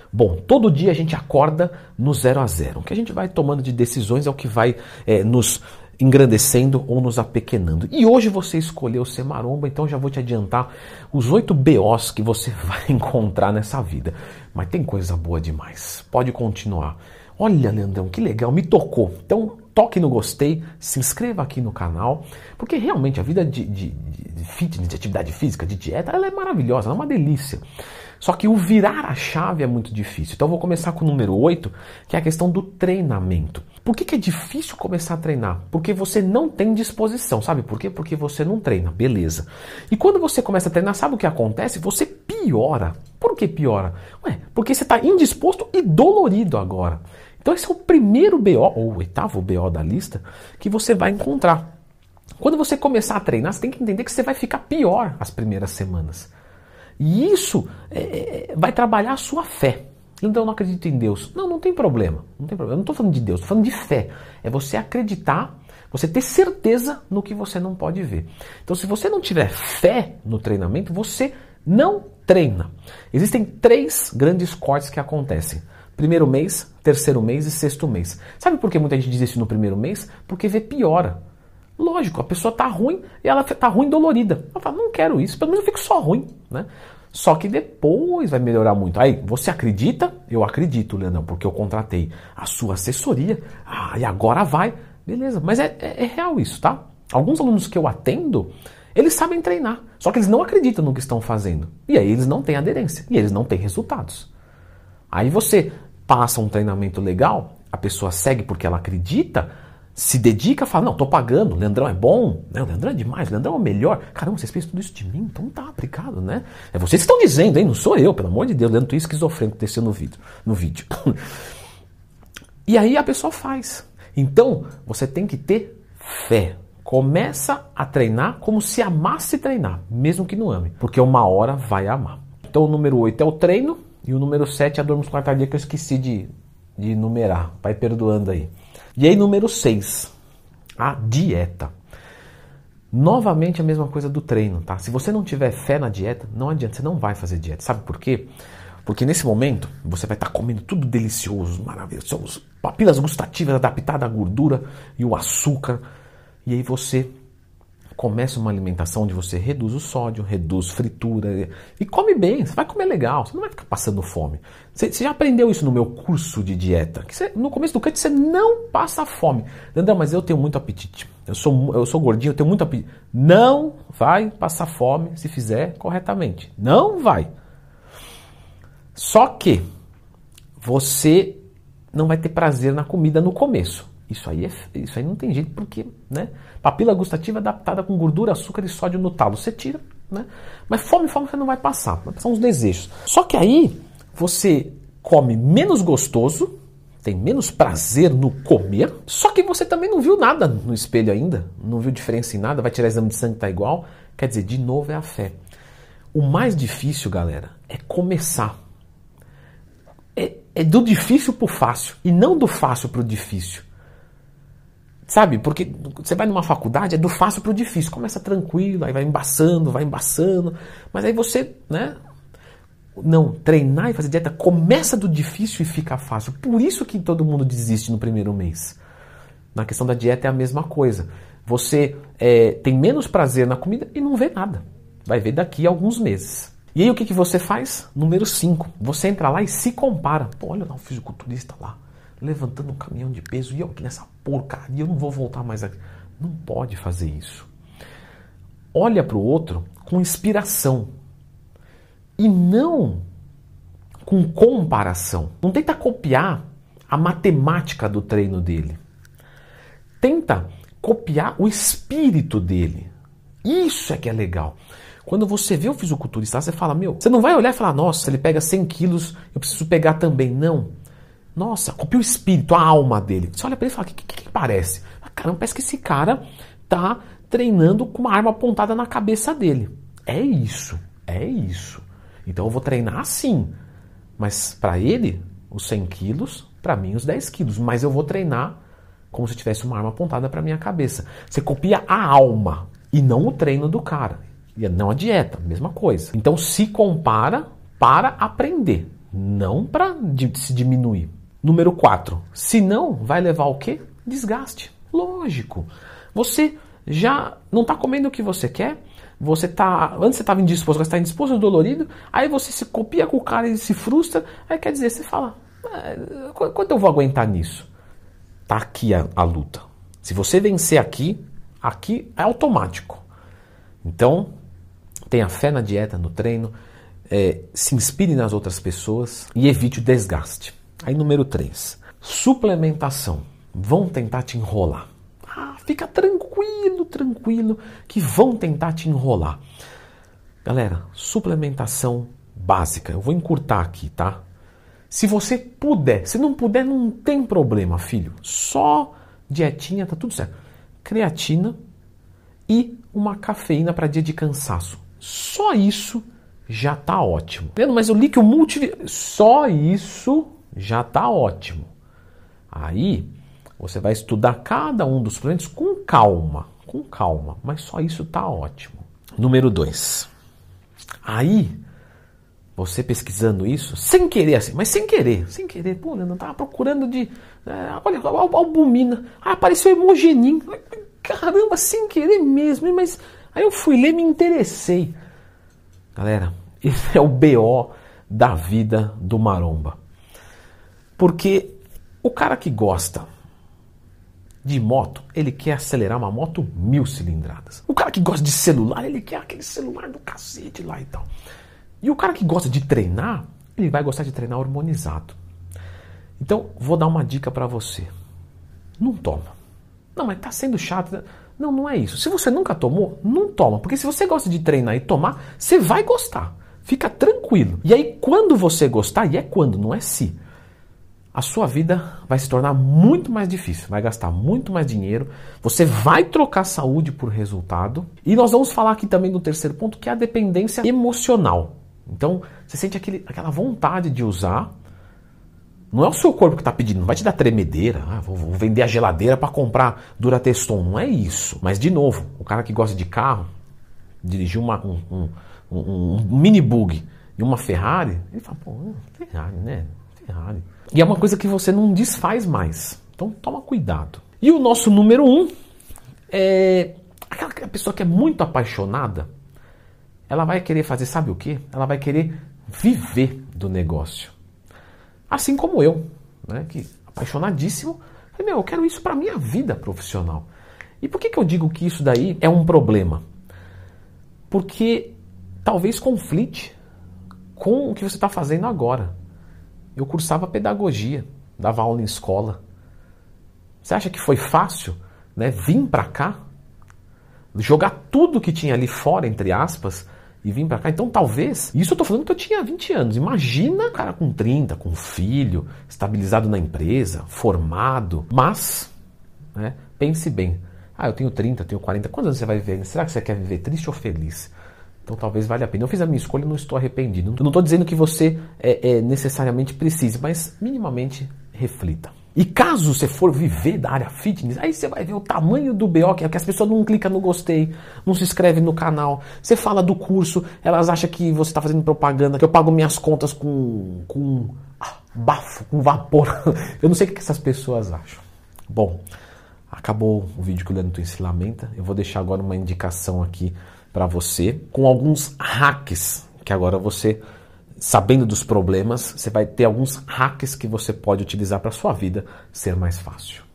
Bom, todo dia a gente acorda no 0 a 0. O que a gente vai tomando de decisões é o que vai nos engrandecendo ou nos apequenando. E hoje você escolheu ser maromba, então já vou te adiantar os 8 BOs que você vai encontrar nessa vida. Mas tem coisa boa demais. Pode continuar. Olha, Leandrão, que legal, me tocou. Então, toque no gostei, se inscreva aqui no canal, porque realmente a vida de fitness, de atividade física, de dieta, ela é maravilhosa, ela é uma delícia. Só que o virar a chave é muito difícil. Então eu vou começar com o número 8, que é a questão do treinamento. Por que é difícil começar a treinar? Porque você não tem disposição, sabe por quê? Porque você não treina, beleza. E quando você começa a treinar, sabe o que acontece? Você piora. Por que piora? Porque você está indisposto e dolorido agora. Então esse é o primeiro BO, ou o 8º BO da lista, que você vai encontrar. Quando você começar a treinar, você tem que entender que você vai ficar pior as primeiras semanas. E isso vai trabalhar a sua fé. Então eu não acredito em Deus. Não tem problema. Não tem problema. Eu não estou falando de Deus, estou falando de fé. É você acreditar, você ter certeza no que você não pode ver. Então se você não tiver fé no treinamento, você não treina. Existem 3 grandes cortes que acontecem. Primeiro mês, terceiro mês e sexto mês. Sabe por que muita gente diz isso no primeiro mês? Porque vê piora. Lógico, a pessoa tá ruim e ela tá ruim dolorida. Ela fala, não quero isso, pelo menos eu fico só ruim, né? Só que depois vai melhorar muito. Aí, você acredita? Eu acredito, Leandrão, porque eu contratei a sua assessoria. E agora vai. Beleza, mas é real isso, tá? Alguns alunos que eu atendo, eles sabem treinar, só que eles não acreditam no que estão fazendo. E aí eles não têm aderência, e eles não têm resultados. Aí você passa um treinamento legal, a pessoa segue porque ela acredita, se dedica, fala, não, tô pagando, o Leandrão é bom, né? O Leandrão é demais, o Leandrão é o melhor. Caramba, vocês pensam tudo isso de mim? Então tá aplicado, né? É vocês que estão dizendo, hein? Não sou eu, pelo amor de Deus, Leandro, tu é esquizofrênico que desceu no vídeo. E aí a pessoa faz. Então, você tem que ter fé. Começa a treinar como se amasse treinar, mesmo que não ame, porque uma hora vai amar. Então o número 8 é o treino e o número 7 é a dor muscular tardia, que eu esqueci de numerar. Vai perdoando aí. E aí, número 6, a dieta. Novamente a mesma coisa do treino, tá? Se você não tiver fé na dieta, não adianta, você não vai fazer dieta. Sabe por quê? Porque nesse momento você vai estar comendo tudo delicioso, maravilhoso, papilas gustativas adaptadas à gordura e o açúcar. E aí você começa uma alimentação onde você reduz o sódio, reduz fritura e come bem, você vai comer legal, você não vai ficar passando fome. Você já aprendeu isso no meu curso de dieta, que no começo do curso você não passa fome. Leandrão, mas eu tenho muito apetite, eu sou gordinho, eu tenho muito apetite. Não vai passar fome se fizer corretamente, não vai. Só que você não vai ter prazer na comida no começo. Isso aí não tem jeito, porque, né? Papila gustativa adaptada com gordura, açúcar e sódio no talo. Você tira, né? Mas fome você não vai passar uns desejos. Só que aí você come menos gostoso, tem menos prazer no comer, só que você também não viu nada no espelho ainda, não viu diferença em nada, vai tirar exame de sangue, tá igual. Quer dizer, de novo é a fé. O mais difícil, galera, é começar. É do difícil pro fácil, e não do fácil pro difícil. Sabe, porque você vai numa faculdade, é do fácil para o difícil. Começa tranquilo, aí vai embaçando. Mas aí você, né? Não, treinar e fazer dieta começa do difícil e fica fácil. Por isso que todo mundo desiste no primeiro mês. Na questão da dieta é a mesma coisa. Você tem menos prazer na comida e não vê nada. Vai ver daqui a alguns meses. E aí o que você faz? Número 5. Você entra lá e se compara. Pô, olha lá o fisiculturista lá, levantando um caminhão de peso, e eu aqui nessa porcaria, eu não vou voltar mais aqui. Não pode fazer isso. Olha para o outro com inspiração e não com comparação. Não tenta copiar a matemática do treino dele. Tenta copiar o espírito dele. Isso é que é legal. Quando você vê o fisiculturista, você fala, você não vai olhar e falar, nossa, ele pega 100 quilos, eu preciso pegar também. Não. Nossa, copia o espírito, a alma dele. Você olha pra ele e fala, o que parece? Caramba, parece que esse cara tá treinando com uma arma apontada na cabeça dele. É isso. Então eu vou treinar assim. Mas para ele, os 100 quilos, para mim os 10 quilos. Mas eu vou treinar como se tivesse uma arma apontada para minha cabeça. Você copia a alma e não o treino do cara. E não a dieta, mesma coisa. Então se compara para aprender. não para se diminuir. Número 4, se não, vai levar o quê? Desgaste. Lógico. Você já não está comendo o que você quer, antes você estava indisposto, agora você está indisposto e dolorido, aí você se copia com o cara e se frustra, aí quer dizer, você fala, quanto eu vou aguentar nisso? Tá aqui a luta. Se você vencer aqui é automático. Então, tenha fé na dieta, no treino, se inspire nas outras pessoas e evite o desgaste. Aí número 3, suplementação. Vão tentar te enrolar. Fica tranquilo, que vão tentar te enrolar. Galera, suplementação básica. Eu vou encurtar aqui, tá? Se você puder, se não puder, não tem problema, filho. Só dietinha, tá tudo certo. Creatina e uma cafeína para dia de cansaço. Só isso já tá ótimo. Mas eu li que o só isso já tá ótimo. Aí você vai estudar cada um dos suplementos com calma, mas só isso tá ótimo. Número 2. Aí, você pesquisando isso, sem querer assim, mas sem querer, pô, eu não tava procurando olha, albumina, apareceu hemogenin, caramba, sem querer mesmo, mas aí eu fui ler e me interessei. Galera, esse é o BO da vida do maromba. Porque o cara que gosta de moto, ele quer acelerar uma moto 1000 cilindradas. O cara que gosta de celular, ele quer aquele celular do cacete lá e tal. E o cara que gosta de treinar, ele vai gostar de treinar hormonizado. Então, vou dar uma dica pra você. Não toma. Não, mas tá sendo chato. Não, não é isso. Se você nunca tomou, não toma. Porque se você gosta de treinar e tomar, você vai gostar. Fica tranquilo. E aí, quando você gostar, e é quando, não é se, a sua vida vai se tornar muito mais difícil, vai gastar muito mais dinheiro, você vai trocar saúde por resultado. E nós vamos falar aqui também do terceiro ponto, que é a dependência emocional. Então, você sente aquela vontade de usar, não é o seu corpo que está pedindo, não vai te dar tremedeira, vou vender a geladeira para comprar Durateston, não é isso. Mas, de novo, o cara que gosta de carro, dirigir um mini bug e uma Ferrari, ele fala, pô, Ferrari, né? Ferrari. E é uma coisa que você não desfaz mais. Então toma cuidado. E o nosso número 1 é aquela pessoa que é muito apaixonada. Ela vai querer fazer, sabe o quê? Ela vai querer viver do negócio. Assim como eu, né? Que apaixonadíssimo. Falei, eu quero isso para minha vida profissional. E por que eu digo que isso daí é um problema? Porque talvez conflite com o que você está fazendo agora. Eu cursava pedagogia, dava aula em escola. Você acha que foi fácil, né, vir para cá, jogar tudo que tinha ali fora, entre aspas, e vir para cá? Então talvez, isso eu tô falando que eu tinha 20 anos. Imagina, cara, com 30, com filho, estabilizado na empresa, formado. Mas, né, pense bem. Eu tenho 30, eu tenho 40. Quantos anos você vai viver? Será que você quer viver triste ou feliz? Então talvez valha a pena. Eu fiz a minha escolha e não estou arrependido. Eu não estou dizendo que você necessariamente precise, mas minimamente reflita. E caso você for viver da área fitness, aí você vai ver o tamanho do BO, que as pessoas não clicam no gostei, não se inscrevem no canal. Você fala do curso, elas acham que você está fazendo propaganda, que eu pago minhas contas com bafo, com vapor. Eu não sei o que essas pessoas acham. Bom, acabou o vídeo que o Leandro se lamenta. Eu vou deixar agora uma indicação aqui para você, com alguns hacks, que agora você, sabendo dos problemas, você vai ter alguns hacks que você pode utilizar para a sua vida ser mais fácil.